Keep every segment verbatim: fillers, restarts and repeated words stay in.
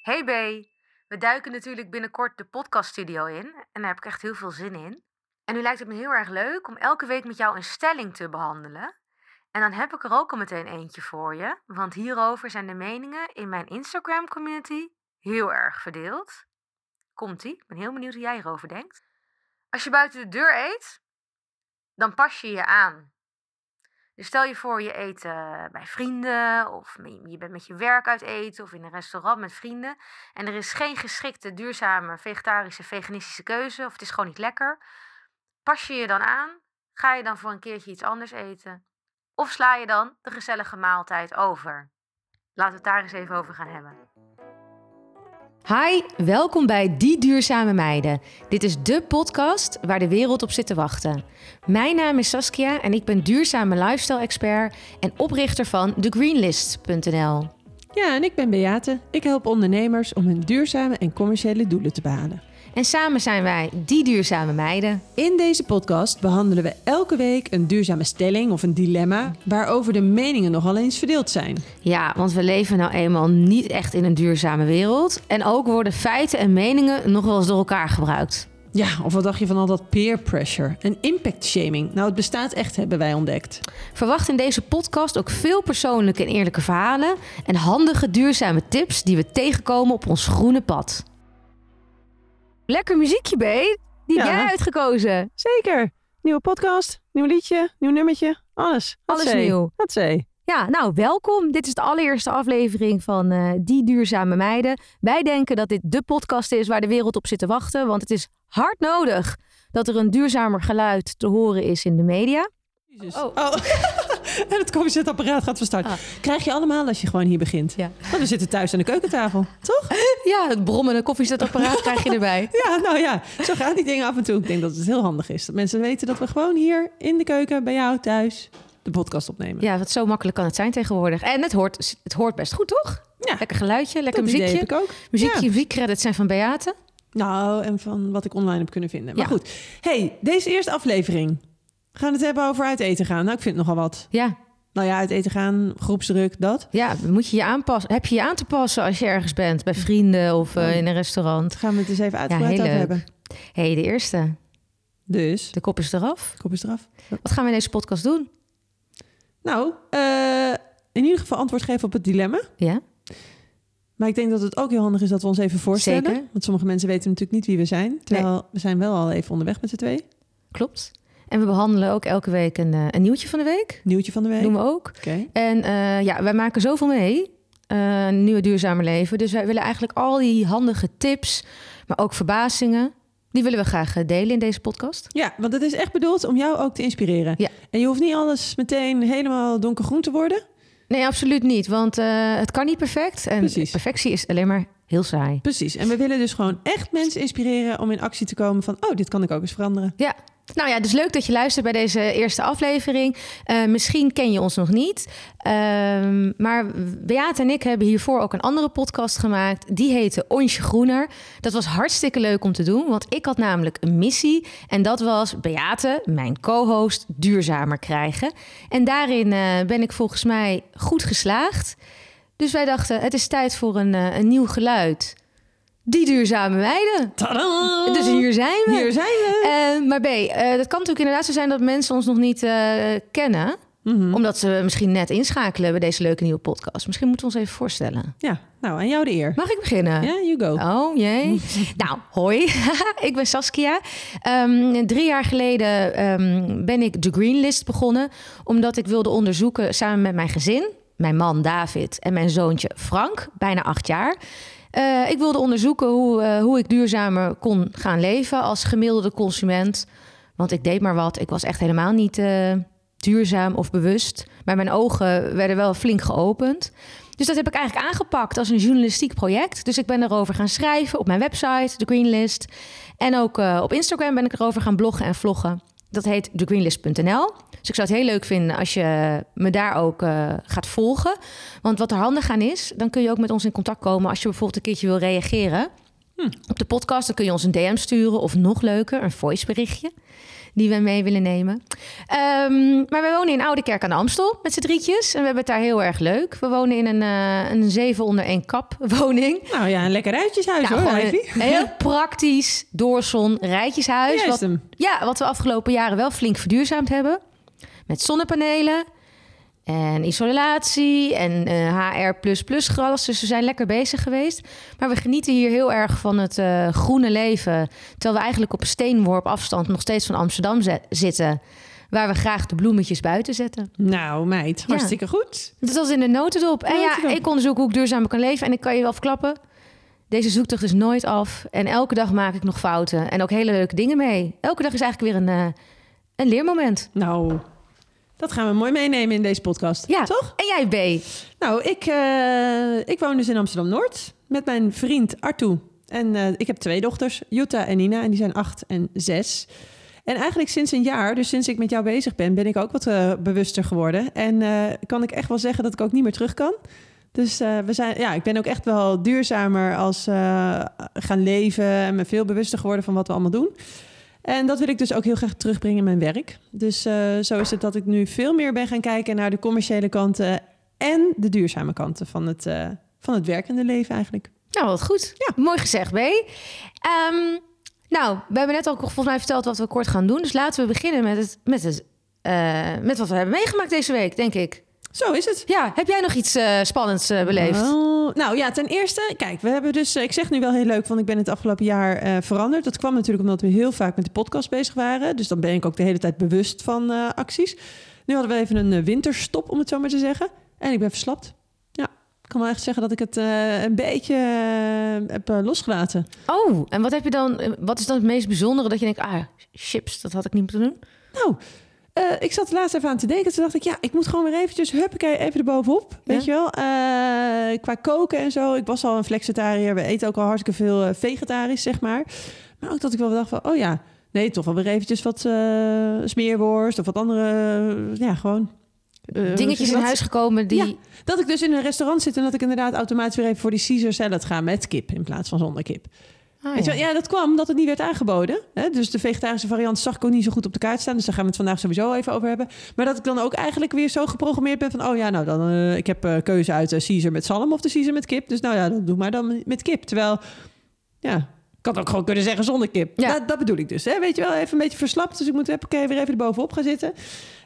Hey B, we duiken natuurlijk binnenkort de podcaststudio in en daar heb ik echt heel veel zin in. En nu lijkt het me heel erg leuk om elke week met jou een stelling te behandelen. En dan heb ik er ook al meteen eentje voor je, want hierover zijn de meningen in mijn Instagram community heel erg verdeeld. Komt-ie, ik ben heel benieuwd hoe jij hierover denkt. Als je buiten de deur eet, dan pas je je aan. Dus stel je voor je eet uh, bij vrienden of je bent met je werk uit eten of in een restaurant met vrienden. En er is geen geschikte, duurzame, vegetarische, veganistische keuze of het is gewoon niet lekker. Pas je je dan aan? Ga je dan voor een keertje iets anders eten? Of sla je dan de gezellige maaltijd over? Laten we het daar eens even over gaan hebben. Hi, welkom bij Die Duurzame Meiden. Dit is dé podcast waar de wereld op zit te wachten. Mijn naam is Saskia en ik ben duurzame lifestyle-expert en oprichter van the greenlist punt n l. Ja, en ik ben Beate. Ik help ondernemers om hun duurzame en commerciële doelen te behalen. En samen zijn wij Die Duurzame Meiden. In deze podcast behandelen we elke week een duurzame stelling of een dilemma waarover de meningen nogal eens verdeeld zijn. Ja, want we leven nou eenmaal niet echt in een duurzame wereld. En ook worden feiten en meningen nog wel eens door elkaar gebruikt. Ja, of wat dacht je van al dat peer pressure en impact shaming? Nou, het bestaat echt, hebben wij ontdekt. Verwacht in deze podcast ook veel persoonlijke en eerlijke verhalen en handige duurzame tips die we tegenkomen op ons groene pad. Lekker muziekje, B. Die heb Ja. jij uitgekozen. Zeker. Nieuwe podcast, nieuw liedje, nieuw nummertje. Alles. Alles Hatzee. nieuw. Hatzee. Ja, nou, welkom. Dit is de allereerste aflevering van uh, Die Duurzame Meiden. Wij denken dat dit de podcast is waar de wereld op zit te wachten. Want het is hard nodig dat er een duurzamer geluid te horen is in de media. Jezus. Oh. Oh. En het koffiezetapparaat gaat van start. Ah. Krijg je allemaal als je gewoon hier begint. Ja, Want we zitten thuis aan de keukentafel, toch? ja het brommende koffiezetapparaat krijg je erbij. Ja, nou ja, zo gaan die dingen af en toe. Ik denk dat het heel handig is. Dat mensen weten dat we gewoon hier in de keuken, bij jou thuis, de podcast opnemen. Ja, wat zo makkelijk kan het zijn tegenwoordig. En het hoort, het hoort best goed, toch? Ja, Lekker geluidje, lekker dat idee muziekje. heb ik ook. Muziekje, Ja. muziekcredits zijn van Beate. Nou, en van wat ik online heb kunnen vinden. Maar Ja. goed, hey, deze eerste aflevering. Gaan we het hebben over uit eten gaan? Nou, ik vind het nogal wat. Ja, Nou ja, uit eten gaan, groepsdruk, dat. ja, moet je je aanpassen. Heb je je aan te passen als je ergens bent, bij vrienden of uh, Oh. in een restaurant? Gaan we het eens even Ja, uitgebreid heel over leuk. hebben. Hé, hey, de eerste. Dus, De kop is eraf. kop is eraf. Wat gaan we in deze podcast doen? Nou, uh, in ieder geval antwoord geven op het dilemma. Ja, Maar ik denk dat het ook heel handig is dat we ons even voorstellen. Zeker. Want sommige mensen weten natuurlijk niet wie we zijn. Terwijl we zijn wel al even onderweg met z'n twee. klopt. En we behandelen ook elke week een, uh, een nieuwtje van de week. Nieuwtje van de week. Doen we ook. Oké. En uh, ja, wij maken zoveel mee. Uh, een nieuwe duurzame leven. Dus wij willen eigenlijk al die handige tips, maar ook verbazingen, die willen we graag uh, delen in deze podcast. Ja, want het is echt bedoeld om jou ook te inspireren. Ja. En je hoeft niet alles meteen helemaal donkergroen te worden. Nee, absoluut niet. Want uh, het kan niet perfect. En Precies. perfectie is alleen maar heel saai. Precies. En we willen dus gewoon echt mensen inspireren om in actie te komen van, oh, dit kan ik ook eens veranderen. Ja. Nou ja, dus leuk dat je luistert bij deze eerste aflevering. Uh, misschien ken je ons nog niet. Uh, maar Beate en ik hebben hiervoor ook een andere podcast gemaakt. Die heette Onsje Groener. Dat was hartstikke leuk om te doen. Want ik had namelijk een missie. En dat was Beate, mijn co-host, duurzamer krijgen. En daarin uh, ben ik volgens mij goed geslaagd. Dus wij dachten, het is tijd voor een, uh, een nieuw geluid. Die Duurzame Meiden. Tadaa! Dus hier zijn we. Hier zijn we. Uh, maar B, uh, dat kan natuurlijk inderdaad zo zijn dat mensen ons nog niet uh, kennen. Mm-hmm. Omdat ze misschien net inschakelen bij deze leuke nieuwe podcast. Misschien moeten we ons even voorstellen. Ja, nou, aan jou de eer. Mag ik beginnen? Ja, you go. Oh jee. Nou, hoi. Ik ben Saskia. Um, drie jaar geleden um, ben ik The Greenlist begonnen. Omdat ik wilde onderzoeken samen met mijn gezin. Mijn man David en mijn zoontje Frank. Bijna acht jaar. Uh, ik wilde onderzoeken hoe, uh, hoe ik duurzamer kon gaan leven als gemiddelde consument. Want ik deed maar wat. Ik was echt helemaal niet uh, duurzaam of bewust. Maar mijn ogen werden wel flink geopend. Dus dat heb ik eigenlijk aangepakt als een journalistiek project. Dus ik ben erover gaan schrijven op mijn website, The Greenlist. En ook uh, op Instagram ben ik erover gaan bloggen en vloggen. Dat heet the greenlist punt n l. Dus ik zou het heel leuk vinden als je me daar ook uh, gaat volgen. Want wat er handig aan is, dan kun je ook met ons in contact komen als je bijvoorbeeld een keertje wil reageren. Hm. Op de podcast dan kun je ons een D M sturen of nog leuker, een voiceberichtje die we mee willen nemen. Um, maar we wonen in Oudekerk aan de Amstel met z'n drietjes. En we hebben het daar heel erg leuk. We wonen in een, uh, een zeven onder één kap woning. Nou ja, een lekker rijtjeshuis ja, hoor. Een heel praktisch doorzon rijtjeshuis. Wat, ja, wat we afgelopen jaren wel flink verduurzaamd hebben. Met zonnepanelen en isolatie en uh, H R plus plus gras. Dus we zijn lekker bezig geweest. Maar we genieten hier heel erg van het uh, groene leven. Terwijl we eigenlijk op een steenworp afstand nog steeds van Amsterdam z- zitten. Waar we graag de bloemetjes buiten zetten. Nou meid, hartstikke ja. goed. Dat was in de notendop. En ja, ik onderzoek hoe ik duurzamer kan leven. En ik kan je wel verklappen, deze zoektocht is nooit af. En elke dag maak ik nog fouten. En ook hele leuke dingen mee. Elke dag is eigenlijk weer een, uh, een leermoment. Nou, dat gaan we mooi meenemen in deze podcast. Ja, toch? En jij, B? Nou, ik, uh, ik woon dus in Amsterdam-Noord met mijn vriend Artu. En uh, ik heb twee dochters, Jutta en Nina. En die zijn acht en zes. En eigenlijk sinds een jaar, dus sinds ik met jou bezig ben, ben ik ook wat uh, bewuster geworden. En uh, kan ik echt wel zeggen dat ik ook niet meer terug kan. Dus uh, we zijn, ja, ik ben ook echt wel duurzamer als uh, gaan leven en me veel bewuster geworden van wat we allemaal doen. En dat wil ik dus ook heel graag terugbrengen in mijn werk. Dus uh, zo is het dat ik nu veel meer ben gaan kijken naar de commerciële kanten en de duurzame kanten van het, uh, van het werkende leven eigenlijk. Nou, wat goed. Ja. Mooi gezegd, B. Um, nou, we hebben net al volgens mij verteld wat we kort gaan doen. Dus laten we beginnen met, het, met, het, uh, met wat we hebben meegemaakt deze week, denk ik. Zo is het. Ja, heb jij nog iets uh, spannends uh, beleefd? Oh, nou ja, ten eerste, kijk, we hebben dus, ik zeg nu wel heel leuk, want ik ben het afgelopen jaar uh, veranderd. Dat kwam natuurlijk omdat we heel vaak met de podcast bezig waren. Dus dan ben ik ook de hele tijd bewust van uh, acties. Nu hadden we even een uh, winterstop, om het zo maar te zeggen. En ik ben verslapt. Ja, ik kan wel echt zeggen dat ik het uh, een beetje uh, heb uh, losgelaten. Oh, en wat heb je dan? Wat is dan het meest bijzondere dat je denkt, ah, chips, dat had ik niet moeten doen? Nou, Uh, ik zat laatst even aan te denken. Toen dacht ik, ja, ik moet gewoon weer eventjes, huppakee, even erbovenop. Weet ja. je wel? Uh, qua koken en zo. Ik was al een flexitariër. We eten ook al hartstikke veel uh, vegetarisch, zeg maar. Maar ook dat ik wel dacht van, oh ja, nee, toch wel weer eventjes wat uh, smeerworst of wat andere, uh, ja, gewoon... Uh, dingetjes in huis gekomen die... Ja, dat ik dus in een restaurant zit en dat ik inderdaad automatisch weer even voor die Caesar salad ga met kip in plaats van zonder kip. Ah, ja. ja, dat kwam omdat het niet werd aangeboden. Hè? Dus de vegetarische variant zag ik ook niet zo goed op de kaart staan. Dus daar gaan we het vandaag sowieso even over hebben. Maar dat ik dan ook eigenlijk weer zo geprogrammeerd ben van... oh ja, nou, dan uh, ik heb uh, keuze uit de Caesar met zalm of de Caesar met kip. Dus nou ja, dan doe maar dan met kip. Terwijl, ja, ik had ook gewoon kunnen zeggen zonder kip. Ja. Dat, dat bedoel ik dus. Hè? Weet je wel, even een beetje verslapt. Dus ik moet even, okay, weer even erbovenop gaan zitten.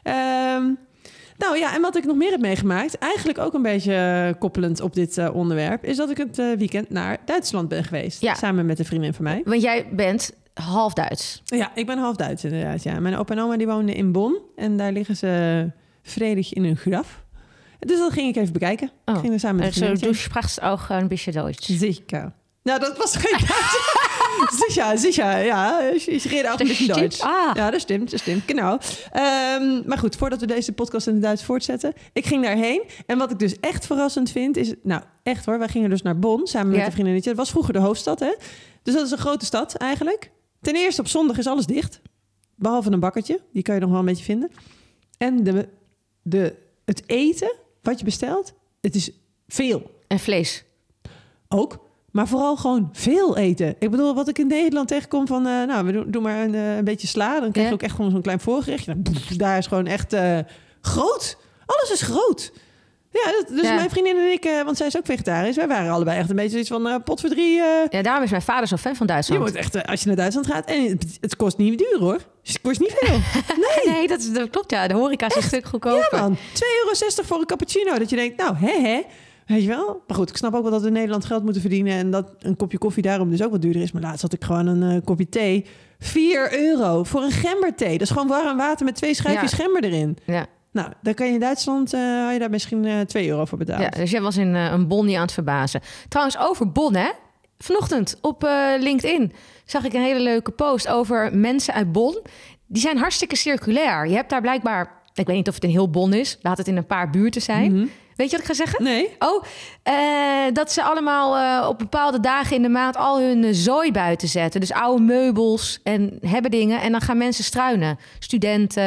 Um, Nou ja, en wat ik nog meer heb meegemaakt, eigenlijk ook een beetje koppelend op dit uh, onderwerp, is dat ik het uh, weekend naar Duitsland ben geweest. Ja. Samen met een vriendin van mij. Want jij bent half Duits. Ja, ik ben half Duits inderdaad. Ja. Mijn opa en oma die woonden in Bonn en daar liggen ze vredig in hun graf. Dus dat ging ik even bekijken. Oh. Ik ging er samen met een vriendin. Zo, du sprachst ook een beetje Duits. Zeker. Nou, dat was geen Duits. Sicher, sicher, ja. Ik rede ook een beetje Duits. Ah. Ja, dat stimmt, dat stimmt. Genau. Um, maar goed, voordat we deze podcast in het Duits voortzetten. Ik ging daarheen. En wat ik dus echt verrassend vind is... Nou, echt hoor. Wij gingen dus naar Bonn samen met ja. een vriendinnetje. Dat was vroeger de hoofdstad, hè. Dus dat is een grote stad eigenlijk. Ten eerste, op zondag is alles dicht. Behalve een bakkertje. Die kan je nog wel een beetje vinden. En de, de, het eten wat je bestelt, het is veel. En vlees. Ook. Maar vooral gewoon veel eten. Ik bedoel, wat ik in Nederland tegenkom van... Uh, nou, we doen, doen maar een, uh, een beetje sla. Dan krijg je ja. ook echt gewoon zo'n klein voorgerechtje. Nou, pff, daar is gewoon echt uh, groot. Alles is groot. Ja, dat, dus ja. mijn vriendin en ik... Uh, want zij is ook vegetarisch. Wij waren allebei echt een beetje iets van uh, pot voor drie. Uh, ja, daarom is mijn vader zo fan van Duitsland. Je moet echt, uh, als je naar Duitsland gaat... En het, het kost niet duur, hoor. Het kost niet veel. Nee, nee dat, is, dat klopt, ja. De horeca is echt een stuk goedkoper. Ja, man. twee euro zestig voor een cappuccino. Dat je denkt, nou, hè, hè. Weet je wel? Maar goed, ik snap ook wel dat we in Nederland geld moeten verdienen... en dat een kopje koffie daarom dus ook wat duurder is. Maar laatst had ik gewoon een uh, kopje thee. vier euro voor een gemberthee. Dat is gewoon warm water met twee schijfjes ja. gember erin. Ja. Nou, dan kan je in Duitsland... Uh, had je daar misschien uh, twee euro voor betaald. Ja, dus jij was in uh, een Bonn niet aan het verbazen. Trouwens, over Bonn, hè? Vanochtend op uh, LinkedIn zag ik een hele leuke post over mensen uit Bonn. Die zijn hartstikke circulair. Je hebt daar blijkbaar... Ik weet niet of het in heel Bonn is. Laat het in een paar buurten zijn... Mm-hmm. Weet je wat ik ga zeggen? Nee. Oh, uh, dat ze allemaal uh, op bepaalde dagen in de maand al hun uh, zooi buiten zetten. Dus oude meubels en hebben dingen. En dan gaan mensen struinen. Studenten,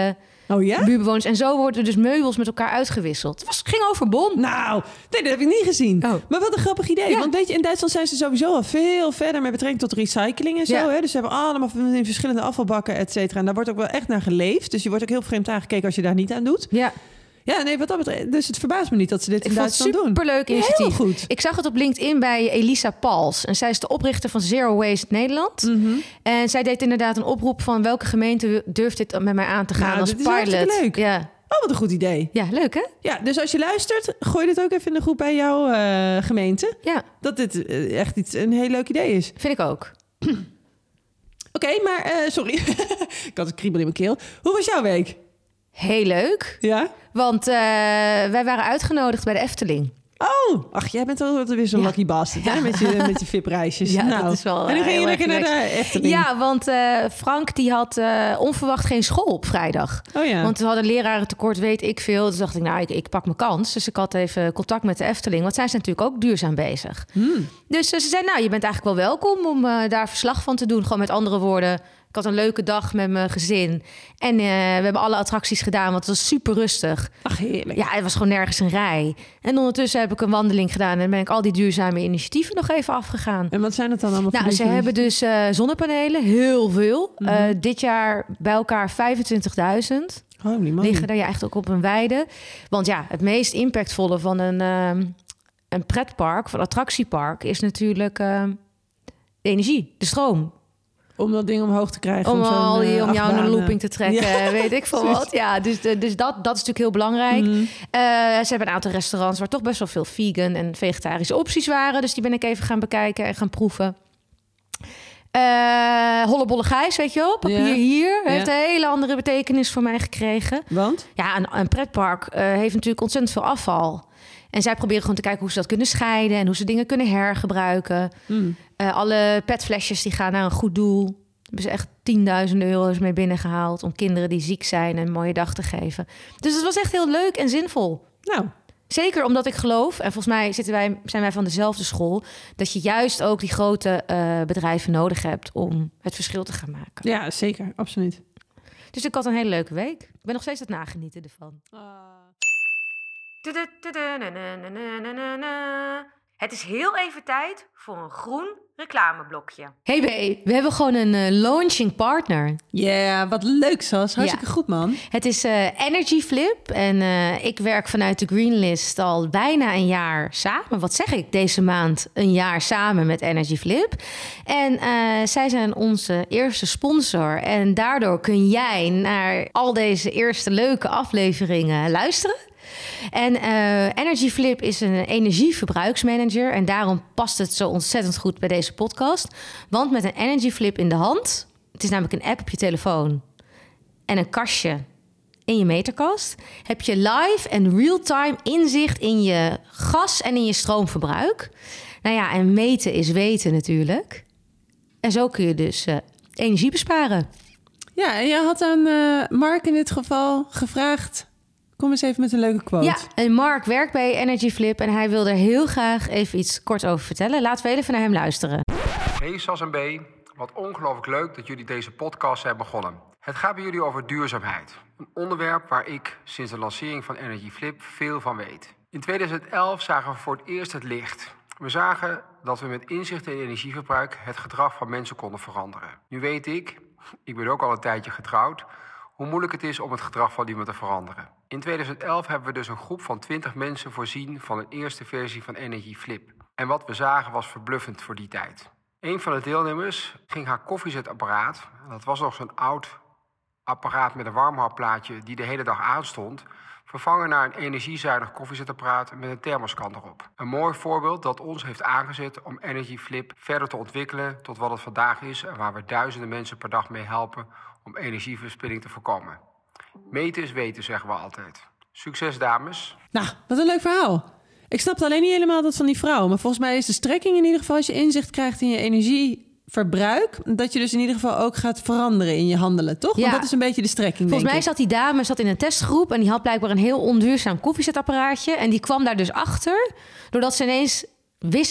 Oh ja? Buurbewoners. En zo worden dus meubels met elkaar uitgewisseld. Het was, ging over bon. Nou, nee, dat heb ik niet gezien. Oh. Maar wat een grappig idee. Ja. Want weet je, in Duitsland zijn ze sowieso al veel verder met betrekking tot recycling en zo. Ja. Hè? Dus ze hebben allemaal in verschillende afvalbakken, et cetera. En daar wordt ook wel echt naar geleefd. Dus je wordt ook heel vreemd aangekeken als je daar niet aan doet. Ja. Ja, nee, wat dat betreft. Dus het verbaast me niet dat ze dit Ik in vond het Duitsland doen. superleuk initiatief. Heel goed. Ik zag het op LinkedIn bij Elisa Pals. En zij is de oprichter van Zero Waste Nederland. Mm-hmm. En zij deed inderdaad een oproep van welke gemeente durft dit met mij aan te gaan Nou, als dit is pilot. hartstikke leuk. Ja. Oh, wat een goed idee. ja, leuk hè? Ja, dus als je luistert, gooi dit ook even in de groep bij jouw uh, gemeente. Ja, Dat dit uh, echt iets, een heel leuk idee is. vind ik ook. Oké, okay, maar uh, sorry. Ik had een kriebel in mijn keel. Hoe was jouw week? Heel leuk. Ja? Want uh, wij waren uitgenodigd bij de Efteling. Oh, ach, jij bent wel weer zo'n Ja. lucky bastard, hè? Met je, met je V I P-reisjes. Ja, nou, dat is wel, en dan uh, ging je heel lekker erg naar de Efteling. Ja, want uh, Frank die had uh, onverwacht geen school op vrijdag. Oh ja. Want we hadden lerarentekort, weet ik veel. Dus dacht ik, nou, ik, ik pak mijn kans. Dus ik had even contact met de Efteling. Want zij zijn natuurlijk ook duurzaam bezig. Hmm. Dus uh, ze zei, nou, je bent eigenlijk wel welkom om uh, daar verslag van te doen. Gewoon met andere woorden. Ik had een leuke dag met mijn gezin. En uh, we hebben alle attracties gedaan, want het was super rustig. Ach, heerlijk. Ja, het was gewoon nergens een rij. En ondertussen heb ik een wandeling gedaan... en ben ik al die duurzame initiatieven nog even afgegaan. En wat zijn het dan allemaal? Nou, voor ze dingen? hebben dus uh, zonnepanelen, heel veel. Mhm. Uh, dit jaar bij elkaar vijfentwintigduizend. Holy moly. Liggen daar ja echt ook op een weide. Want ja, het meest impactvolle van een, uh, een pretpark, van een attractiepark... is natuurlijk uh, de energie, de stroom. Om dat ding omhoog te krijgen. Om, om, zo'n, al die, uh, om jou in een achtbaan, looping te trekken, Ja. weet ik veel wat. Ja, dus, de, dus dat, dat is natuurlijk heel belangrijk. Mhm. Uh, ze hebben een aantal restaurants waar toch best wel veel vegan en vegetarische opties waren. Dus die ben ik even gaan bekijken en gaan proeven. Uh, Hollebolle Gijs, weet je wel? Papier Ja. hier. Ja. Heeft een hele andere betekenis voor mij gekregen. Want? Ja, een, een pretpark uh, heeft natuurlijk ontzettend veel afval. En zij proberen gewoon te kijken hoe ze dat kunnen scheiden... en hoe ze dingen kunnen hergebruiken. Mm. Uh, alle petflesjes die gaan naar een goed doel. Daar hebben ze echt tienduizenden euro's mee binnengehaald... om kinderen die ziek zijn een mooie dag te geven. Dus het was echt heel leuk en zinvol. Nou, Zeker omdat ik geloof, en volgens mij zitten wij, zijn wij van dezelfde school... dat je juist ook die grote uh, bedrijven nodig hebt om het verschil te gaan maken. ja, zeker. Absoluut. Dus ik had een hele leuke week. Ik ben nog steeds aan het nagenieten ervan. Het is heel even tijd voor een groen reclameblokje. Hey B, we hebben gewoon een uh, launching partner. Ja, yeah, wat leuk, Sas. Hartstikke Ja. goed, man. Het is uh, Energy Flip en uh, ik werk vanuit de Greenlist al bijna een jaar samen. Wat zeg ik? Deze maand een jaar samen met Energy Flip. En uh, zij zijn onze eerste sponsor. En daardoor kun jij naar al deze eerste leuke afleveringen luisteren. En uh, Energy Flip is een energieverbruiksmanager. En daarom past het zo ontzettend goed bij deze podcast. Want met een Energy Flip in de hand... het is namelijk een app op je telefoon... en een kastje in je meterkast... heb je live en real-time inzicht in je gas en in je stroomverbruik. Nou ja, en meten is weten natuurlijk. En zo kun je dus uh, energie besparen. Ja, en je had aan uh, Mark in dit geval gevraagd... kom eens even met een leuke quote. Ja, en Mark werkt bij Energy Flip... en hij wil er heel graag even iets kort over vertellen. Laten we even naar hem luisteren. Hey Sas en B, wat ongelooflijk leuk dat jullie deze podcast hebben begonnen. Het gaat bij jullie over duurzaamheid. Een onderwerp waar ik sinds de lancering van Energy Flip veel van weet. In tweeduizend elf zagen we voor het eerst het licht. We zagen dat we met inzicht in energieverbruik het gedrag van mensen konden veranderen. Nu weet ik, ik ben ook al een tijdje getrouwd, hoe moeilijk het is om het gedrag van iemand te veranderen. In tweeduizend elf hebben we dus een groep van twintig mensen voorzien van een eerste versie van Energy Flip. En wat we zagen was verbluffend voor die tijd. Een van de deelnemers ging haar koffiezetapparaat, dat was nog zo'n oud apparaat met een warmhoudplaatje die de hele dag aanstond, vervangen naar een energiezuinig koffiezetapparaat met een thermoskan erop. Een mooi voorbeeld dat ons heeft aangezet om Energy Flip verder te ontwikkelen tot wat het vandaag is en waar we duizenden mensen per dag mee helpen om energieverspilling te voorkomen. Meten is weten, zeggen we altijd. Succes, dames. Nou, wat een leuk verhaal. Ik snapte alleen niet helemaal dat van die vrouw. Maar volgens mij is de strekking in ieder geval... als je inzicht krijgt in je energieverbruik... dat je dus in ieder geval ook gaat veranderen in je handelen, toch? Ja. Want dat is een beetje de strekking, Volgens mij denk ik. zat die dame zat in een testgroep... en die had blijkbaar een heel onduurzaam koffiezetapparaatje. En die kwam daar dus achter... doordat ze ineens wist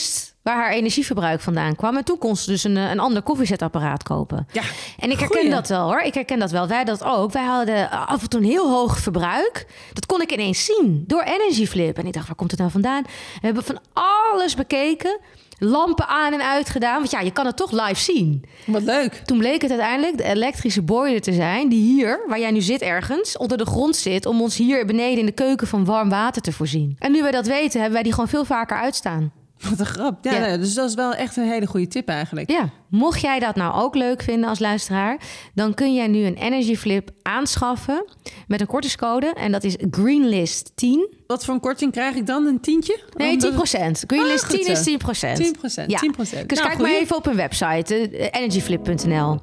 waar haar energieverbruik vandaan kwam. En toen kon ze dus een, een ander koffiezetapparaat kopen. Ja, en ik herken goeie. dat wel hoor. Ik herken dat wel. Wij dat ook. Wij hadden af en toe een heel hoog verbruik. Dat kon ik ineens zien door Energy Flip. En ik dacht, waar komt het nou vandaan? We hebben van alles bekeken. Lampen aan en uit gedaan. Want ja, je kan het toch live zien. Wat leuk. Toen bleek het uiteindelijk de elektrische boiler te zijn... die hier, waar jij nu zit ergens, onder de grond zit... om ons hier beneden in de keuken van warm water te voorzien. En nu wij dat weten, hebben wij die gewoon veel vaker uitstaan. Wat een grap. Ja, Ja. nee, dus dat is wel echt een hele goede tip eigenlijk. Ja, mocht jij dat nou ook leuk vinden als luisteraar... dan kun jij nu een Energy Flip aanschaffen met een kortingscode. En dat is Greenlist tien. Wat voor een korting krijg ik dan? Een tientje? Nee, Omdat tien procent. Greenlist Ah, goed tien is zo. tien procent. tien procent. Ja. tien procent. Dus Nou, kijk maar goeie. even op hun website, eh, energyflip punt n l.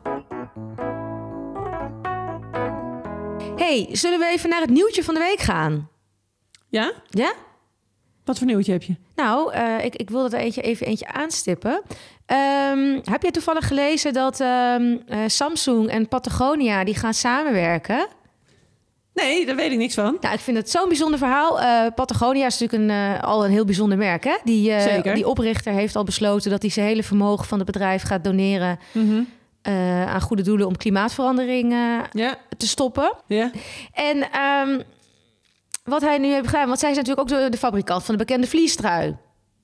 Hey, zullen we even naar het nieuwtje van de week gaan? Ja? Ja? Wat voor nieuwtje heb je? Nou, uh, ik, ik wil er eentje, even eentje aanstippen. Um, heb je toevallig gelezen dat um, uh, Samsung en Patagonia die gaan samenwerken? Nee, daar weet ik niks van. Nou, ik vind het zo'n bijzonder verhaal. Uh, Patagonia is natuurlijk een, uh, al een heel bijzonder merk. Hè? Die, uh, Zeker. Die oprichter heeft al besloten dat hij zijn hele vermogen van het bedrijf gaat doneren... Mm-hmm. Uh, aan goede doelen om klimaatverandering uh, Ja. te stoppen. Ja. En um, wat hij nu heeft gedaan... want zij zijn natuurlijk ook de, de fabrikant van de bekende vliestrui.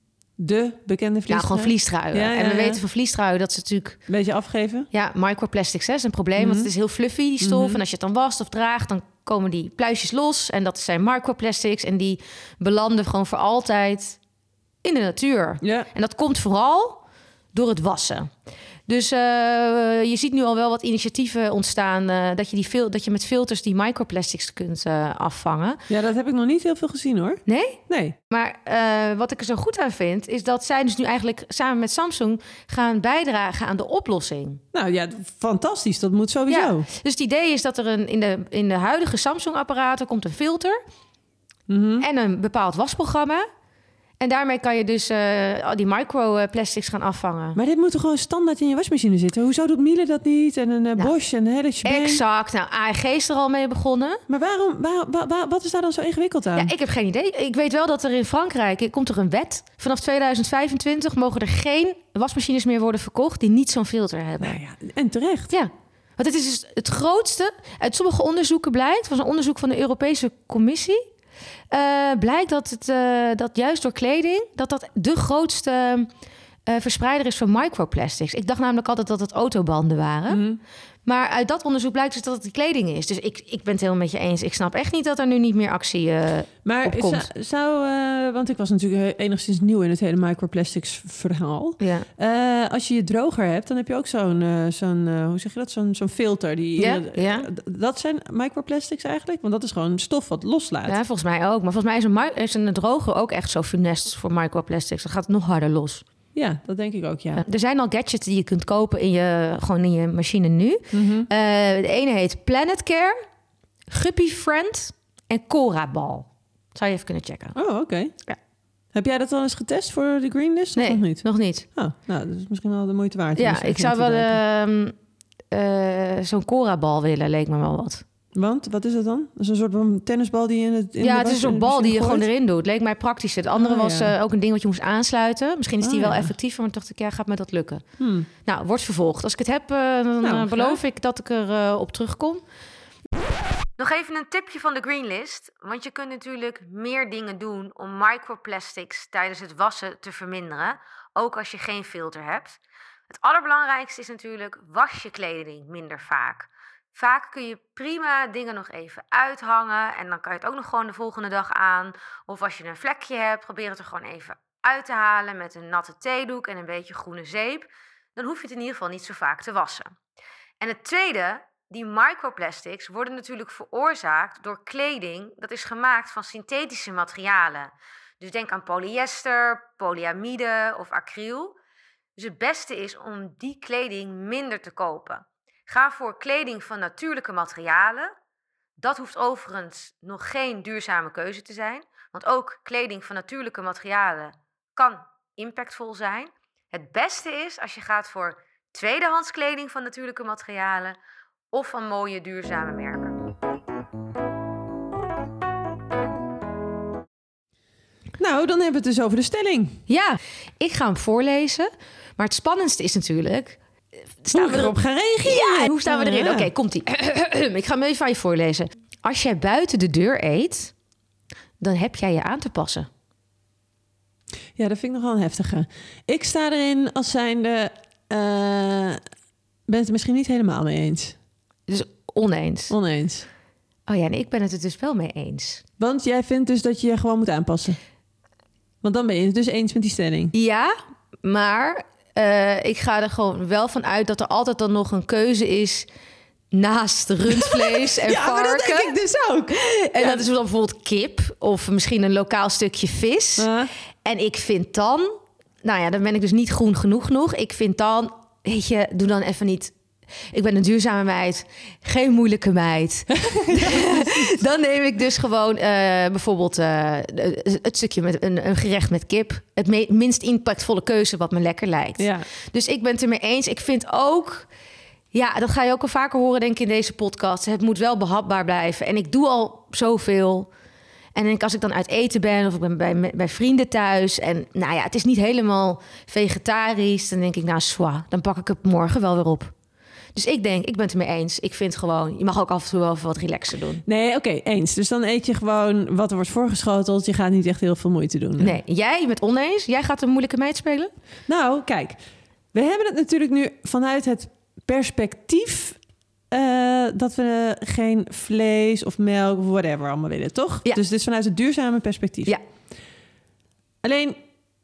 De bekende vliestrui? Ja, gewoon vliestruien. Ja, ja, en we ja. weten van vliestruien dat ze natuurlijk... Een beetje afgeven? Ja, microplastics hè, is een probleem. Mm-hmm. Want het is heel fluffy, die stof. Mm-hmm. En als je het dan wast of draagt, dan komen die pluisjes los. En dat zijn microplastics. En die belanden gewoon voor altijd in de natuur. Ja. En dat komt vooral door het wassen. Dus uh, je ziet nu al wel wat initiatieven ontstaan... Uh, dat, je die fil- dat je met filters die microplastics kunt uh, afvangen. Ja, dat heb ik nog niet heel veel gezien, hoor. Nee? Nee. Maar uh, wat ik er zo goed aan vind... is dat zij dus nu eigenlijk samen met Samsung... gaan bijdragen aan de oplossing. Nou ja, fantastisch. Dat moet sowieso. Ja. Dus het idee is dat er een, in, de, in de huidige Samsung-apparaten... komt een filter Mm-hmm. en een bepaald wasprogramma... En daarmee kan je dus uh, al die microplastics gaan afvangen. Maar dit moet toch gewoon standaard in je wasmachine zitten? Hoezo doet Miele dat niet? En een uh, Nou, Bosch en een hele shebang? Exact. Nou, A E G is er al mee begonnen. Maar waarom, waar, waar, waar- wat is daar dan zo ingewikkeld aan? Ja, ik heb geen idee. Ik weet wel dat er in Frankrijk komt er een wet. Vanaf tweeduizend vijfentwintig mogen er geen wasmachines meer worden verkocht... die niet zo'n filter hebben. Nou ja, en terecht. Ja, want het is dus het grootste... Uit sommige onderzoeken blijkt... was een onderzoek van de Europese Commissie... Uh, blijkt dat, het, uh, dat juist door kleding... dat dat de grootste uh, verspreider is van microplastics. Ik dacht namelijk altijd dat het autobanden waren. Mm-hmm. Maar uit dat onderzoek blijkt dus dat het de kleding is. Dus ik, ik ben het helemaal met je eens. Ik snap echt niet dat er nu niet meer actie uh, Maar opkomt. zou, zou uh, want ik was natuurlijk enigszins nieuw in het hele microplastics verhaal. Ja. Uh, als je je droger hebt, dan heb je ook zo'n, uh, zo'n uh, hoe zeg je dat, zo'n, zo'n filter. Die, Ja, uh, ja. d- Dat zijn microplastics eigenlijk? Want dat is gewoon stof wat loslaat. Ja, volgens mij ook. Maar volgens mij is een, mi- is een droger ook echt zo funest voor microplastics. Dan gaat het nog harder los. Ja, dat denk ik ook, ja. Uh, er zijn al gadgets die je kunt kopen in je, gewoon in je machine nu. Mm-hmm. Uh, de ene heet Planet Care, Guppy Friend en Cora Ball. Zou je even kunnen checken. Oh, oké. Okay. Ja. Heb jij dat al eens getest voor de Greenlist? Nee, of nog niet? nog niet. Oh, nou, dat is misschien wel de moeite waard. om Ja, eens ik even zou in te wel duiken. uh, uh, zo'n Cora Ball willen, leek me wel wat. Want, wat is dat dan? Dat is een soort van tennisbal die je in het in Ja, de het is was- zo'n in de bal die je machine gewoon gooit? erin doet. Leek mij praktischer. Het andere Oh, was ja. uh, ook een ding wat je moest aansluiten. Misschien is die Oh, wel ja. effectiever, maar dacht ik, ja, gaat me dat lukken? Hmm. Nou, wordt vervolgd. Als ik het heb, uh, dan Nou, uh, beloof graag. ik dat ik er uh, op terugkom. Nog even een tipje van de Greenlist, want je kunt natuurlijk meer dingen doen om microplastics tijdens het wassen te verminderen, ook als je geen filter hebt. Het allerbelangrijkste is natuurlijk, was je kleding minder vaak. Vaak kun je prima dingen nog even uithangen en dan kan je het ook nog gewoon de volgende dag aan. Of als je een vlekje hebt, probeer het er gewoon even uit te halen met een natte theedoek en een beetje groene zeep. Dan hoef je het in ieder geval niet zo vaak te wassen. En het tweede, die microplastics worden natuurlijk veroorzaakt door kleding dat is gemaakt van synthetische materialen. Dus denk aan polyester, polyamide of acryl. Dus het beste is om die kleding minder te kopen. Ga voor kleding van natuurlijke materialen. Dat hoeft overigens nog geen duurzame keuze te zijn. Want ook kleding van natuurlijke materialen kan impactvol zijn. Het beste is als je gaat voor tweedehands kleding van natuurlijke materialen of van mooie duurzame merken. Nou, dan hebben we het dus over de stelling. Ja, ik ga hem voorlezen. Maar het spannendste is natuurlijk... Staan hoe we erop gaan reageren? Ja, hoe staan we erin? Ja. Oké, okay, komt-ie. Ik ga hem even aan je voorlezen. Als jij buiten de deur eet, dan heb jij je aan te passen. Ja, dat vind ik nogal een heftige. Ik sta erin als zijnde... Uh, ben het er misschien niet helemaal mee eens. Dus oneens? Oneens. Oh ja, en ik ben het er dus wel mee eens. Want jij vindt dus dat je je gewoon moet aanpassen? Want dan ben je het dus eens met die stelling. Ja, maar uh, ik ga er gewoon wel van uit... dat er altijd dan nog een keuze is... naast rundvlees en ja, varken. Ja, maar dat denk ik dus ook. En ja. dat is dan bijvoorbeeld kip... of misschien een lokaal stukje vis. Uh. En ik vind dan... nou ja, dan ben ik dus niet groen genoeg genoeg. Ik vind dan... weet je, doe dan even niet... ik ben een duurzame meid, geen moeilijke meid. Dan neem ik dus gewoon uh, bijvoorbeeld uh, het stukje met een, een gerecht met kip. Het me- minst impactvolle keuze wat me lekker lijkt. Ja. Dus ik ben het ermee eens. Ik vind ook, ja, dat ga je ook al vaker horen denk ik in deze podcast. Het moet wel behapbaar blijven. En ik doe al zoveel. En denk, als ik dan uit eten ben of ik ben bij, bij vrienden thuis... en nou ja, het is niet helemaal vegetarisch... dan denk ik, nou, zwa, dan pak ik het morgen wel weer op. Dus ik denk, ik ben het ermee eens. Ik vind gewoon, je mag ook af en toe wel even wat relaxer doen. Nee, oké, okay, eens. Dus dan eet je gewoon wat er wordt voorgeschoteld. Je gaat niet echt heel veel moeite doen. Hè? Nee, jij bent oneens? Jij gaat een moeilijke meid spelen? Nou, kijk. We hebben het natuurlijk nu vanuit het perspectief... Uh, dat we geen vlees of melk of whatever allemaal willen, toch? Ja. Dus dit is vanuit het duurzame perspectief. Ja. Alleen,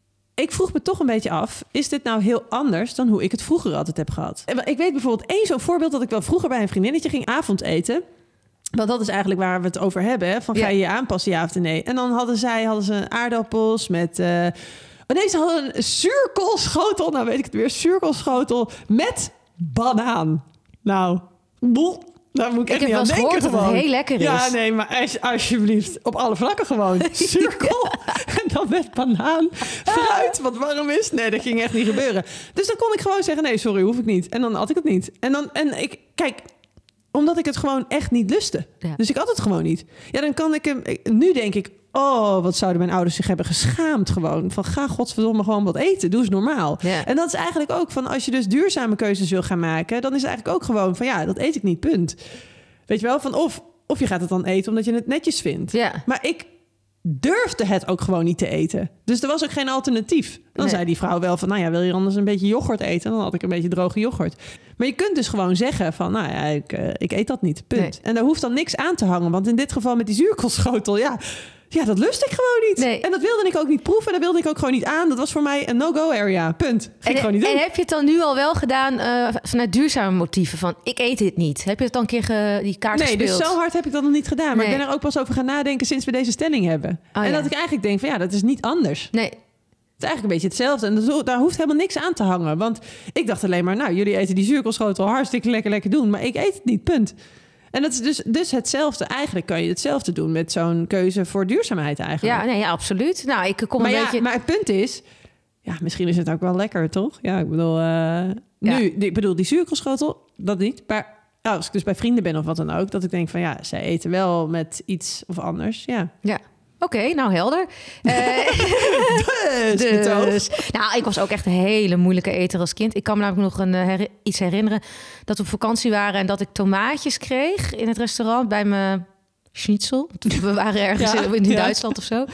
ik vroeg me toch een beetje af... is dit nou heel anders dan hoe ik het vroeger altijd heb gehad? Ik weet bijvoorbeeld één zo'n voorbeeld... dat ik wel vroeger bij een vriendinnetje ging avondeten. Want dat is eigenlijk waar we het over hebben. Hè? Van, ga je je aanpassen, ja of nee? En dan hadden zij hadden ze aardappels met... Uh... Oh nee, ze hadden een zuurkoolschotel. Nou weet ik het weer. Zuurkoolschotel met banaan. Nou... Boel, daar moet ik, ik echt niet aan denken. Ik heb wel gehoord dat het heel lekker is. Ja, nee, maar als, alsjeblieft. Op alle vlakken gewoon. Cirkel. En dan met banaan. Fruit, wat warm is. Nee, dat ging echt niet gebeuren. Dus dan kon ik gewoon zeggen, nee, sorry, hoef ik niet. En dan had ik het niet. En dan, en ik, kijk... omdat ik het gewoon echt niet lustte. Ja. Dus ik had het gewoon niet. Ja, dan kan ik hem... Nu denk ik... oh, wat zouden mijn ouders zich hebben geschaamd gewoon. Van, ga godverdomme gewoon wat eten. Doe eens normaal. Ja. En dat is eigenlijk ook van... als je dus duurzame keuzes wil gaan maken... dan is het eigenlijk ook gewoon van... ja, dat eet ik niet, punt. Weet je wel? Van of, of je gaat het dan eten omdat je het netjes vindt. Ja. Maar ik durfde het ook gewoon niet te eten. Dus er was ook geen alternatief. Dan nee. zei die vrouw wel van... nou ja, wil je anders een beetje yoghurt eten? Dan had ik een beetje droge yoghurt. Maar je kunt dus gewoon zeggen van... nou ja, ik, uh, ik eet dat niet, punt. Nee. En daar hoeft dan niks aan te hangen. Want in dit geval met die zuurkoolschotel... ja, ja, dat lust ik gewoon niet. Nee. En dat wilde ik ook niet proeven. Dat wilde ik ook gewoon niet aan. Dat was voor mij een no-go area, punt. Ging en, ik gewoon niet doen. En heb je het dan nu al wel gedaan uh, vanuit duurzame motieven? Van, ik eet dit niet. Heb je het dan een keer ge, die kaart nee, gespeeld? Nee, dus zo hard heb ik dat nog niet gedaan. Maar nee. ik ben er ook pas over gaan nadenken sinds we deze stelling hebben. Oh, en ja. dat ik eigenlijk denk van ja, dat is niet anders. Nee. Het is eigenlijk een beetje hetzelfde. En dat, daar hoeft helemaal niks aan te hangen. Want ik dacht alleen maar, nou, jullie eten die zuurkoolschotel hartstikke lekker lekker doen. Maar ik eet het niet, punt. En dat is dus, dus hetzelfde. Eigenlijk kan je hetzelfde doen met zo'n keuze voor duurzaamheid eigenlijk. Ja, nee, ja, absoluut. Nou, ik kom maar een ja, beetje... Maar het punt is... ja, misschien is het ook wel lekker, toch? Ja, ik bedoel... Uh, ja. Nu, ik bedoel, die zuurkoolschotel, dat niet. Maar oh, als ik dus bij vrienden ben of wat dan ook... dat ik denk van ja, zij eten wel met iets of anders. Ja. Ja. Oké, okay, nou helder. Uh, dus, dus. Nou, ik was ook echt een hele moeilijke eter als kind. Ik kan me namelijk nog een, uh, her- iets herinneren... dat we op vakantie waren en dat ik tomaatjes kreeg... in het restaurant bij mijn schnitzel. We waren ergens ja, in, in ja. Duitsland of zo.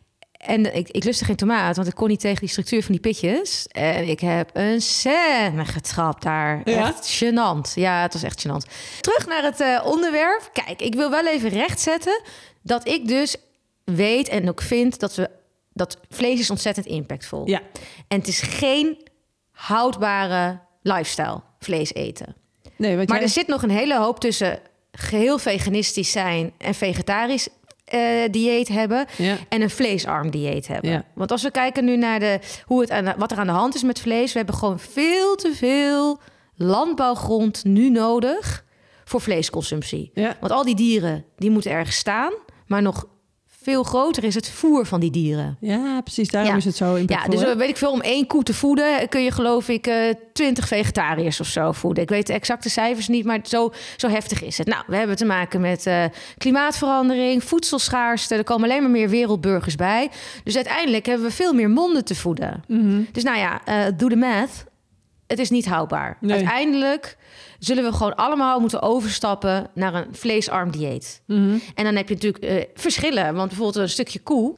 En ik, ik lustte geen tomaat, want ik kon niet tegen die structuur van die pitjes. En ik heb een scène getrapt daar. Ja? Echt gênant. Ja, het was echt gênant. Terug naar het uh, onderwerp. Kijk, ik wil wel even rechtzetten... dat ik dus... weet en ook vind dat we dat vlees is ontzettend impactvol. Ja. En het is geen houdbare lifestyle, vlees eten. Nee, maar jij... er zit nog een hele hoop tussen geheel veganistisch zijn en vegetarisch uh, dieet hebben ja. en een vleesarm dieet hebben. Ja. Want als we kijken nu naar de, hoe het aan de, wat er aan de hand is met vlees, we hebben gewoon veel te veel landbouwgrond nu nodig voor vleesconsumptie. Ja. Want al die dieren die moeten ergens staan, maar nog veel groter is het voer van die dieren. Ja, precies. Daarom Ja. is het zo impactvol. Ja, dus hè? uh, weet ik veel, om één koe te voeden kun je geloof ik uh, twintig vegetariërs of zo voeden. Ik weet de exacte cijfers niet, maar zo, zo heftig is het. Nou, we hebben te maken met uh, klimaatverandering, voedselschaarste. Er komen alleen maar meer wereldburgers bij. Dus uiteindelijk hebben we veel meer monden te voeden. Mhm. Dus nou ja, uh, doe de math. Het is niet houdbaar. Nee. Uiteindelijk zullen we gewoon allemaal moeten overstappen naar een vleesarm dieet. Mhm. En dan heb je natuurlijk uh, verschillen. Want bijvoorbeeld een stukje koe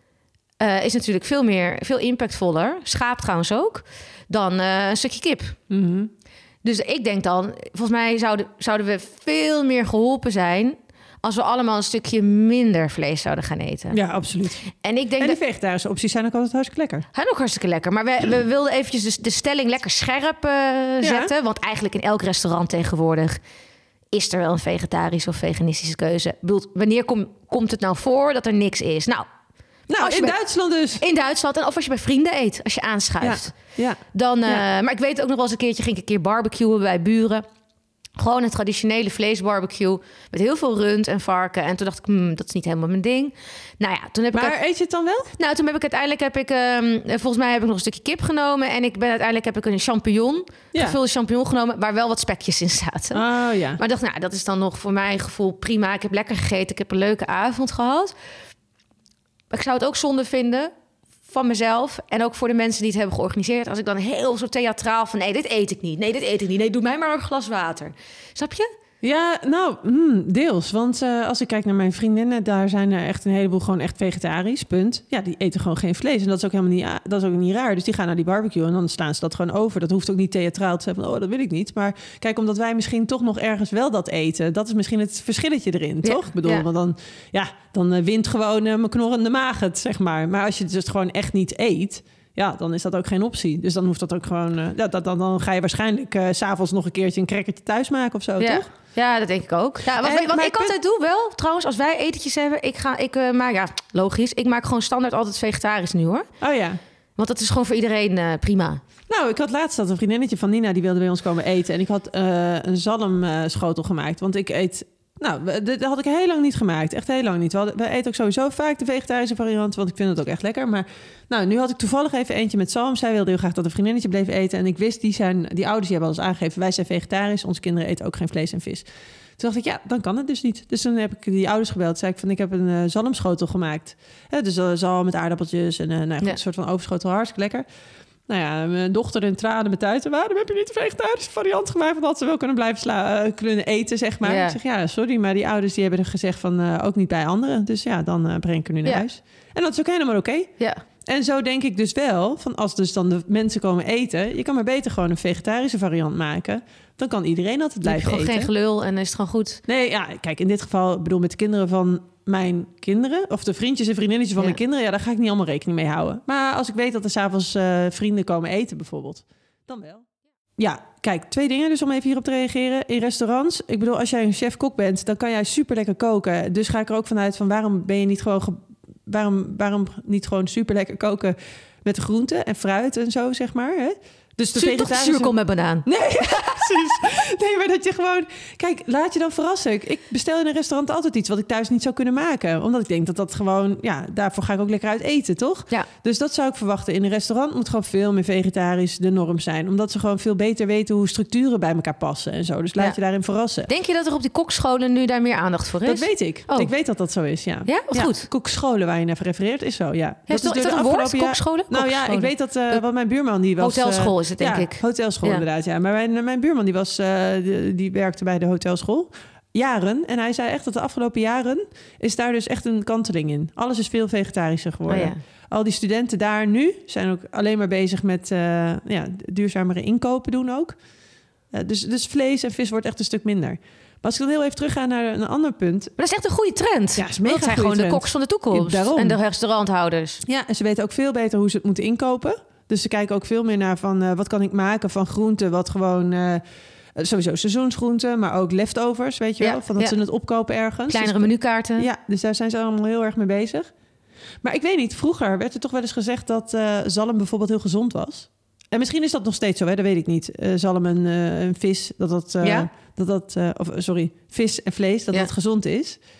uh, is natuurlijk veel meer, veel impactvoller. Schaap trouwens ook. Dan uh, een stukje kip. Mhm. Dus ik denk dan, volgens mij zouden, zouden we veel meer geholpen zijn als we allemaal een stukje minder vlees zouden gaan eten. Ja, absoluut. En ik denk En dat de vegetarische opties zijn ook altijd hartstikke lekker. Hij ook hartstikke lekker. Maar we, we wilden eventjes de, de stelling lekker scherp uh, zetten. Want eigenlijk in elk restaurant tegenwoordig is er wel een vegetarische of veganistische keuze. Ik bedoel, wanneer kom, komt het nou voor dat er niks is? Nou, Nou, Als je in bij- Duitsland dus. in Duitsland. En of als je bij vrienden eet, als je aanschuift. Ja. Dan, uh, Ja. Maar ik weet ook nog wel eens een keertje, ging ik een keer barbecuen bij buren. Gewoon een traditionele vleesbarbecue met heel veel rund en varken. En toen dacht ik, hmm, dat is niet helemaal mijn ding. Nou ja, toen heb ik... Maar eet je het dan wel? Nou, toen heb ik uiteindelijk heb ik, um, volgens mij heb ik nog een stukje kip genomen en ik ben uiteindelijk heb ik een champignon, Ja. gevulde champignon genomen waar wel wat spekjes in zaten. Oh ja. Maar ik dacht, nou, dat is dan nog voor mijn gevoel prima. Ik heb lekker gegeten, ik heb een leuke avond gehad. Maar ik zou het ook zonde vinden van mezelf en ook voor de mensen die het hebben georganiseerd, als ik dan heel zo theatraal van nee, dit eet ik niet, nee, dit eet ik niet, nee, doe mij maar een glas water. Snap je? Ja, nou, hmm, deels. Want uh, als ik kijk naar mijn vriendinnen, daar zijn er echt een heleboel gewoon echt vegetarisch, punt. Ja, die eten gewoon geen vlees. En dat is ook helemaal niet, dat is ook niet raar. Dus die gaan naar die barbecue en dan slaan ze dat gewoon over. Dat hoeft ook niet theatraal te zeggen van, oh, dat wil ik niet. Maar kijk, omdat wij misschien toch nog ergens wel dat eten, dat is misschien het verschilletje erin, Ja, toch? Ik bedoel, ja. want dan, ja, dan uh, wint gewoon uh, mijn knorrende maag het, zeg maar. Maar als je het dus gewoon echt niet eet, ja, dan is dat ook geen optie. Dus dan hoeft dat ook gewoon, uh, ja, dat, dan, dan ga je waarschijnlijk uh, 's avonds nog een keertje een crackertje thuis maken of zo, ja. toch? Ja, dat denk ik ook. Ja, wat En wat mijn ik punt- altijd doe wel, trouwens, als wij etentjes hebben, ik ga, ik uh, maak, ja, logisch, ik maak gewoon standaard altijd vegetarisch nu hoor. Oh ja. Want dat is gewoon voor iedereen uh, prima. Nou, ik had laatst dat een vriendinnetje van Nina, die wilde bij ons komen eten. En ik had uh, een zalmschotel gemaakt. Want ik eet... Nou, we- dat had ik heel lang niet gemaakt. Echt heel lang niet. We, hadden, we eten ook sowieso vaak de vegetarische variant, want ik vind het ook echt lekker. Maar nou, nu had ik toevallig even eentje met zalm. Zij wilde heel graag dat een vriendinnetje bleef eten. En ik wist, die, zijn, die ouders die hebben al eens aangegeven, wij zijn vegetarisch. Onze kinderen eten ook geen vlees en vis. Toen dacht ik, ja, dan kan het dus niet. Dus toen heb ik die ouders gebeld. Zei ik van, ik heb een uh, zalmschotel gemaakt. Hè, dus uh, zalm met aardappeltjes en uh, nou, ja, goed, Ja. een soort van overschotel, hartstikke lekker. Nou ja, mijn dochter in tranen met uit. Waarom heb je niet de vegetarische variant gemaakt? Want had ze wel kunnen blijven sla- uh, kunnen eten, zeg maar. Ja. Ik zeg, ja, sorry, maar die ouders die hebben er gezegd van uh, ook niet bij anderen. Dus ja, dan uh, breng ik er nu naar Ja. huis. En dat is ook helemaal oké. Ja. En zo denk ik dus wel, van als dus dan de mensen komen eten, je kan maar beter gewoon een vegetarische variant maken. Dan kan iedereen altijd Dan heb je blijven gewoon eten. geen gelul en dan is het gewoon goed. Nee, ja, kijk, in dit geval, ik bedoel met de kinderen van mijn kinderen, of de vriendjes en vriendinnetjes van Ja. mijn kinderen, ja, daar ga ik niet allemaal rekening mee houden. Maar als ik weet dat er s'avonds uh, vrienden komen eten bijvoorbeeld, dan wel. Ja, kijk, twee dingen dus om even hierop te reageren. In restaurants, ik bedoel, als jij een chef-kok bent, dan kan jij super lekker koken. Dus ga ik er ook vanuit van, waarom ben je niet gewoon, ge- waarom, waarom niet gewoon super lekker koken met de groenten en fruit en zo, zeg maar, hè? Dus de Zuur, toch de vegetarische... zuurkool met banaan. Nee, precies. Nee, maar dat je gewoon... Kijk, laat je dan verrassen. Ik- Ik bestel in een restaurant altijd iets wat ik thuis niet zou kunnen maken. Omdat ik denk dat dat gewoon... Ja, daarvoor ga ik ook lekker uit eten, toch? Ja. Dus dat zou ik verwachten. In een restaurant moet gewoon veel meer vegetarisch de norm zijn. Omdat ze gewoon veel beter weten hoe structuren bij elkaar passen en zo. Dus laat Ja. je daarin verrassen. Denk je dat er op die kokscholen nu daar meer aandacht voor is? Dat weet ik. Oh. Ik weet dat dat zo is, ja. Ja? Wat goed. Kokscholen waar je naar refereert is zo, ja. Is dat, door is dat de een woord? afgelopen jaar- Kokscholen? Nou ja, ik Kokscholen. weet dat... Uh, wat mijn buurman die was... Hotelschool uh, is het, denk ja, ik. hotelschool Ja. inderdaad, ja. Maar mijn, mijn buurman die was... Uh, die, die werkte bij de hotelschool. Jaren. En hij zei echt dat de afgelopen jaren... is daar dus echt een kanteling in. Alles is veel vegetarischer geworden. Oh ja. Al die studenten daar nu... zijn ook alleen maar bezig met... Uh, ja, duurzamere inkopen doen ook. Uh, dus, dus vlees en vis wordt echt een stuk minder. Maar als ik dan heel even terugga naar een ander punt... Maar dat is echt een goede trend. Ja, is een mega dat zijn goede gewoon trend. de koks van de toekomst. Ja, daarom. En de restauranthouders. Ja, en ze weten ook veel beter hoe ze het moeten inkopen. Dus ze kijken ook veel meer naar van... Uh, wat kan ik maken van groenten... wat gewoon... Uh, sowieso seizoensgroenten, maar ook leftovers, weet je Ja, wel? Van dat ja. ze het opkopen ergens. Kleinere Dus- menukaarten. Ja, dus daar zijn ze allemaal heel erg mee bezig. Maar ik weet niet, vroeger werd er toch wel eens gezegd... dat uh, zalm bijvoorbeeld heel gezond was. En misschien is dat nog steeds zo, hè? Dat weet ik niet. Uh, zalm en uh, een vis, dat dat... Uh, Ja? dat, dat uh, of sorry, vis en vlees, dat Ja. dat gezond is.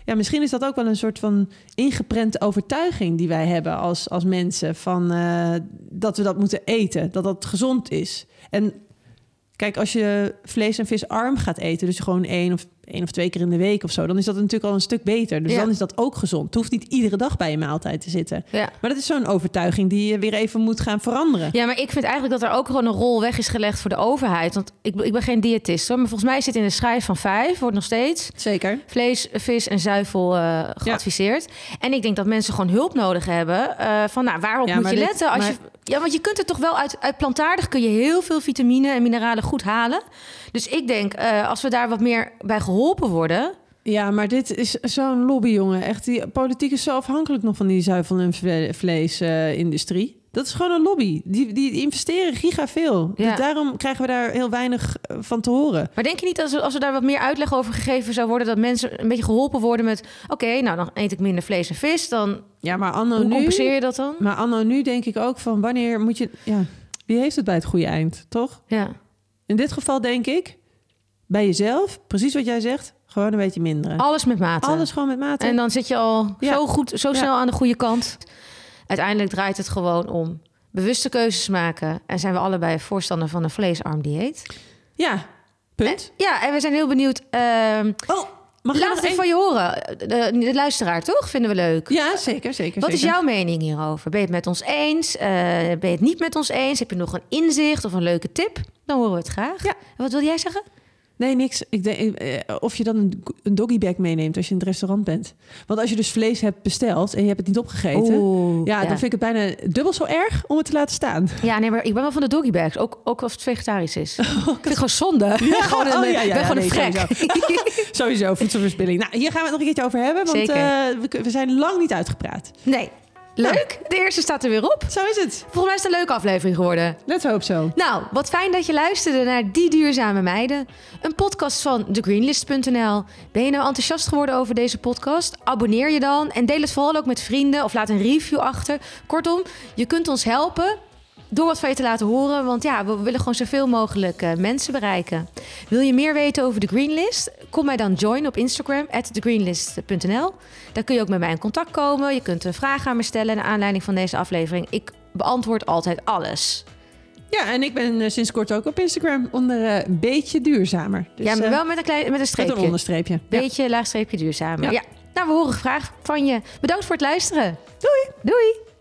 Ja, misschien is dat ook wel een soort van ingeprente overtuiging die wij hebben als, als mensen. Van uh, dat we dat moeten eten, dat dat gezond is. En kijk, als je vlees- en visarm gaat eten, dus gewoon één of, één of twee keer in de week of zo, dan is dat natuurlijk al een stuk beter. Dus ja. dan is dat ook gezond. Het hoeft niet iedere dag bij je maaltijd te zitten. Ja. Maar dat is zo'n overtuiging die je weer even moet gaan veranderen. Ja, maar ik vind eigenlijk dat er ook gewoon een rol weg is gelegd voor de overheid. Want ik, ik ben geen diëtist, hoor, maar volgens mij zit in de schijf van vijf, wordt nog steeds zeker vlees, vis en zuivel uh, geadviseerd. Ja. En ik denk dat mensen gewoon hulp nodig hebben. Uh, van, nou, waarop ja, moet je dit, letten? Als maar... je, ja, want je kunt er toch wel uit, uit plantaardig kun je heel veel vitamine en mineralen goed halen. Dus ik denk, uh, als we daar wat meer bij geholpen worden. Ja, maar dit is zo'n lobby, jongen. Echt, die politiek is zo afhankelijk nog van die zuivel- en vleesindustrie. Uh, dat is gewoon een lobby. Die, die investeren giga veel. Ja. Dus daarom krijgen we daar heel weinig van te horen. Maar denk je niet, als we, als er daar wat meer uitleg over gegeven zou worden, dat mensen een beetje geholpen worden met, oké, okay, nou dan eet ik minder vlees en vis, dan ja, maar anno hoe nu, compenseer je dat dan? Maar anno nu denk ik ook van, wanneer moet je, ja, wie heeft het bij het goede eind, toch? Ja. In dit geval denk ik, bij jezelf, precies wat jij zegt, gewoon een beetje minderen. Alles met mate. Alles gewoon met mate. En dan zit je al ja. zo goed, zo snel ja. aan de goede kant. Uiteindelijk draait het gewoon om bewuste keuzes maken. En zijn we allebei voorstander van een vleesarm dieet. Ja, punt. En, ja, en we zijn heel benieuwd. Uh, oh, mag laat het een... van je horen. De, de luisteraar, toch? Vinden we leuk. Ja, zeker, zeker. Wat zeker. is jouw mening hierover? Ben je het met ons eens? Uh, ben je het niet met ons eens? Heb je nog een inzicht of een leuke tip? Dan horen we het graag. Ja. En wat wil jij zeggen? Nee, niks. Ik denk, of je dan een, een doggybag meeneemt als je in het restaurant bent. Want als je dus vlees hebt besteld en je hebt het niet opgegeten, Oeh, ja, ja, dan vind ik het bijna dubbel zo erg om het te laten staan. Ja, nee, maar ik ben wel van de doggybags, ook, ook als het vegetarisch is. Oh, ik vind het gewoon zonde. Ja, gewoon een, oh, ja, ja, ben ja, gewoon nee, een vrek. Sowieso. Sowieso, voedselverspilling. Nou, hier gaan we het nog een keertje over hebben, want uh, we, we zijn lang niet uitgepraat. Nee. Leuk. De eerste staat er weer op. Zo is het. Volgens mij is het een leuke aflevering geworden. Let's hope so. Nou, wat fijn dat je luisterde naar Die Duurzame Meiden. Een podcast van the greenlist punt n l. Ben je nou enthousiast geworden over deze podcast? Abonneer je dan en deel het vooral ook met vrienden of laat een review achter. Kortom, je kunt ons helpen door wat van je te laten horen. Want ja, we willen gewoon zoveel mogelijk uh, mensen bereiken. Wil je meer weten over de Greenlist? Kom mij dan join op Instagram, at the greenlist punt n l. Daar kun je ook met mij in contact komen. Je kunt een vraag aan me stellen naar aanleiding van deze aflevering. Ik beantwoord altijd alles. Ja, en ik ben uh, sinds kort ook op Instagram onder uh, Beetje Duurzamer. Dus, ja, maar wel met een, klein, met een streepje. Met een onderstreepje. Beetje, ja. Laagstreepje duurzamer. Ja. Ja. Nou, we horen graag van je. Bedankt voor het luisteren. Doei. Doei.